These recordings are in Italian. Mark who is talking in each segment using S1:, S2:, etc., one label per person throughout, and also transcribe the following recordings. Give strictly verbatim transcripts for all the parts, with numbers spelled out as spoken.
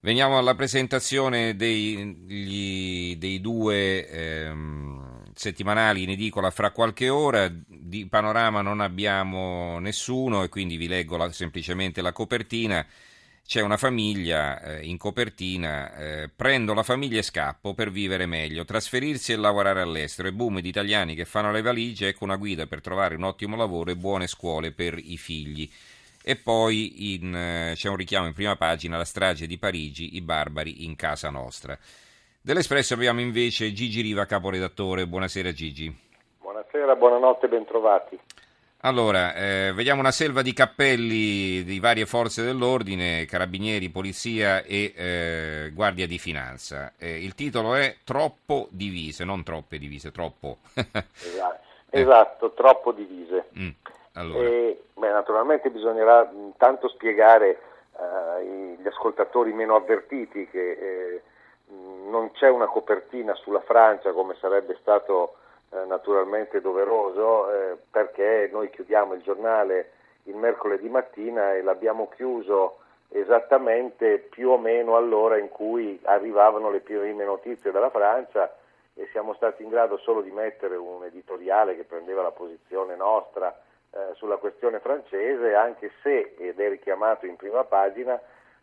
S1: Veniamo alla presentazione dei, gli- dei due ehm, settimanali in edicola fra qualche ora. Di Panorama non abbiamo nessuno e quindi vi leggo la- semplicemente la copertina. C'è una famiglia eh, in copertina, eh, prendo la famiglia e scappo per vivere meglio, trasferirsi e lavorare all'estero e boom di italiani che fanno le valigie, ecco una guida per trovare un ottimo lavoro e buone scuole per i figli. E poi in, eh, c'è un richiamo in prima pagina alla strage di Parigi, i barbari in casa nostra. Dell'Espresso abbiamo invece Gigi Riva, caporedattore. Buonasera Gigi.
S2: Buonasera, buonanotte, bentrovati.
S1: Allora, eh, vediamo una selva di cappelli di varie forze dell'ordine, carabinieri, polizia e eh, guardia di finanza. Eh, il titolo è Troppo divise, non troppe divise, troppo.
S2: Esatto,
S1: Eh,
S2: esatto, troppo divise.
S1: mm, allora.
S2: E, beh, naturalmente bisognerà intanto spiegare eh, agli ascoltatori meno avvertiti che eh, non c'è una copertina sulla Francia come sarebbe stato eh, naturalmente doveroso, eh, perché noi chiudiamo il giornale il mercoledì mattina e l'abbiamo chiuso esattamente più o meno all'ora in cui arrivavano le prime notizie dalla Francia, e siamo stati in grado solo di mettere un editoriale che prendeva la posizione nostra eh, sulla questione francese, anche se, ed è richiamato in prima pagina,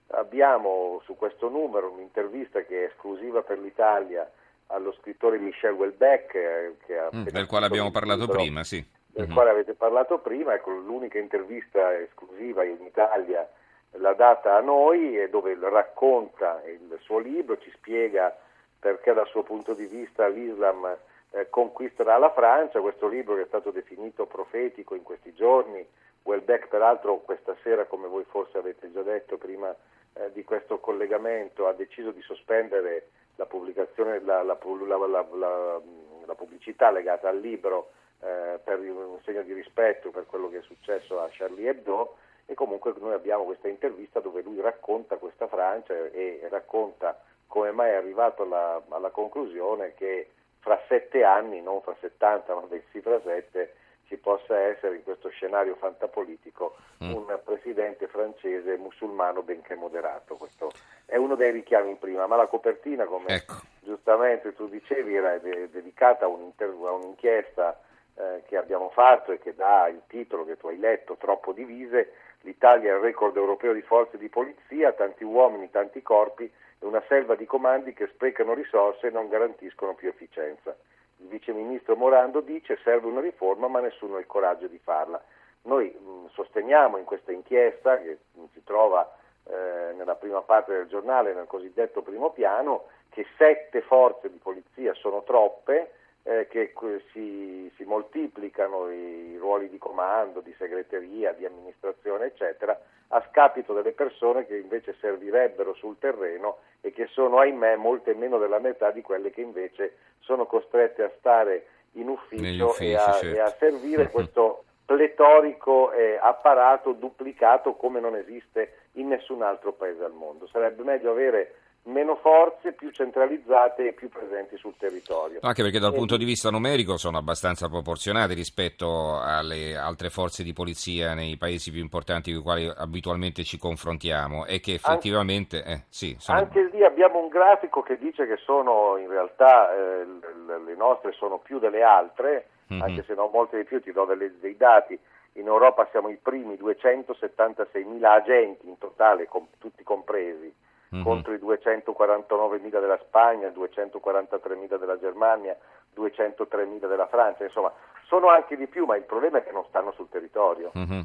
S2: abbiamo su questo numero un'intervista che è esclusiva per l'Italia allo scrittore Michel Houellebecq, eh, che ha
S1: Mm,
S2: appena
S1: del quale
S2: scritto
S1: abbiamo
S2: un
S1: parlato
S2: libro
S1: prima, sì.
S2: del
S1: Mhm.
S2: quale avete parlato prima. Ecco, l'unica intervista esclusiva in Italia l'ha data a noi, e dove racconta il suo libro, ci spiega perché dal suo punto di vista l'Islam eh, conquisterà la Francia. Questo libro, che è stato definito profetico in questi giorni, Houellebecq peraltro questa sera, come voi forse avete già detto prima eh, di questo collegamento, ha deciso di sospendere la pubblicazione, la, la, la, la, la, la pubblicità legata al libro eh, per un segno di rispetto per quello che è successo a Charlie Hebdo. E comunque noi abbiamo questa intervista dove lui racconta questa Francia e, e racconta come mai è arrivato alla, alla conclusione che fra sette anni, non fra settanta ma bensì fra sette, ci possa essere in questo scenario fantapolitico
S1: Mm,
S2: un presidente francese musulmano benché moderato. Questo è uno dei richiami in prima, ma la copertina, come
S1: ecco.
S2: giustamente tu dicevi, era de- dedicata a, un'inter- a un'inchiesta eh, che abbiamo fatto e che dà il titolo che tu hai letto, Troppo divise. L'Italia è il record europeo di forze di polizia, tanti uomini, tanti corpi e una selva di comandi che sprecano risorse e non garantiscono più efficienza. Il vice ministro Morando dice: serve una riforma ma nessuno ha il coraggio di farla. Noi mh, sosteniamo in questa inchiesta, che mh, si trova eh, nella prima parte del giornale, nel cosiddetto primo piano, che sette forze di polizia sono troppe, eh, che si, si moltiplicano i, i ruoli di comando, di segreteria, di amministrazione, eccetera, a scapito delle persone che invece servirebbero sul terreno e che sono, ahimè, molte meno della metà di quelle che invece sono costrette a stare in
S1: Negli
S2: ufficio e
S1: uffici,
S2: a, e a
S1: certo.
S2: servire questo pletorico eh, apparato duplicato come non esiste in nessun altro paese al mondo. Sarebbe meglio avere meno forze, più centralizzate e più presenti sul territorio.
S1: Anche perché dal
S2: E
S1: punto
S2: lì,
S1: di vista numerico sono abbastanza proporzionati rispetto alle altre forze di polizia nei paesi più importanti con i quali abitualmente ci confrontiamo e che
S2: anche,
S1: effettivamente, eh, sì, sono...
S2: anche lì abbiamo un grafico che dice che sono in realtà eh, le le nostre sono più delle altre,
S1: Mhm,
S2: anche se non molte di più. Ti do delle, dei dati. In Europa siamo i primi, duecentosettantaseimila agenti in totale, com, tutti compresi,
S1: mhm.
S2: contro i duecentoquarantanovemila della Spagna, duecentoquarantatremila della Germania, duecentotremila della Francia. Insomma, sono anche di più, ma il problema è che non stanno sul territorio.
S1: Mhm.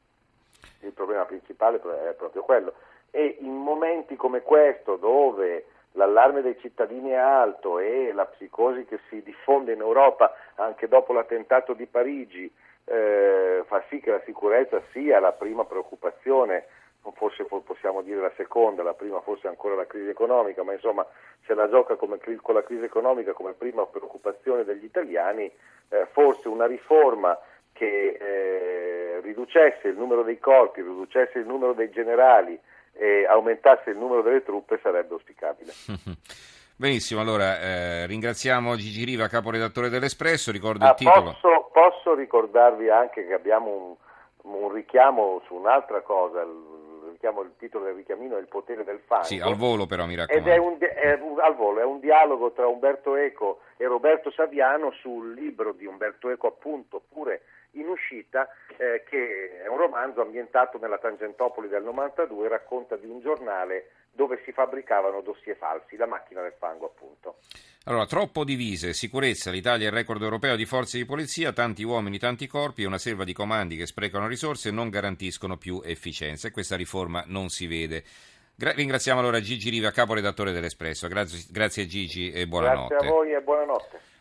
S2: Il problema principale è proprio quello. E in momenti come questo, dove l'allarme dei cittadini è alto e la psicosi che si diffonde in Europa anche dopo l'attentato di Parigi eh, fa sì che la sicurezza sia la prima preoccupazione, forse possiamo dire la seconda, la prima forse ancora la crisi economica, ma insomma se la gioca come, con la crisi economica come prima preoccupazione degli italiani, eh, forse una riforma che eh, riducesse il numero dei corpi, riducesse il numero dei generali e aumentasse il numero delle truppe sarebbe auspicabile.
S1: Benissimo, allora eh, ringraziamo Gigi Riva, caporedattore dell'Espresso, ricordo il
S2: Ah,
S1: titolo.
S2: posso, posso ricordarvi anche che abbiamo un, un richiamo su un'altra cosa, il richiamo, il titolo del richiamino è Il potere del fango.
S1: Sì, al volo però mi raccomando.
S2: Ed è un, è un, al volo, è un dialogo tra Umberto Eco e Roberto Saviano sul libro di Umberto Eco, appunto, pure in uscita, eh, che è un romanzo ambientato nella Tangentopoli del novantadue, racconta di un giornale dove si fabbricavano dossier falsi, la macchina del fango appunto.
S1: Allora, troppo divise, sicurezza, l'Italia è il record europeo di forze di polizia, tanti uomini, tanti corpi e una selva di comandi che sprecano risorse e non garantiscono più efficienza, e questa riforma non si vede. Gra- ringraziamo allora Gigi Riva, caporedattore dell'Espresso. Grazie, grazie Gigi e buonanotte.
S2: Grazie a voi e buonanotte.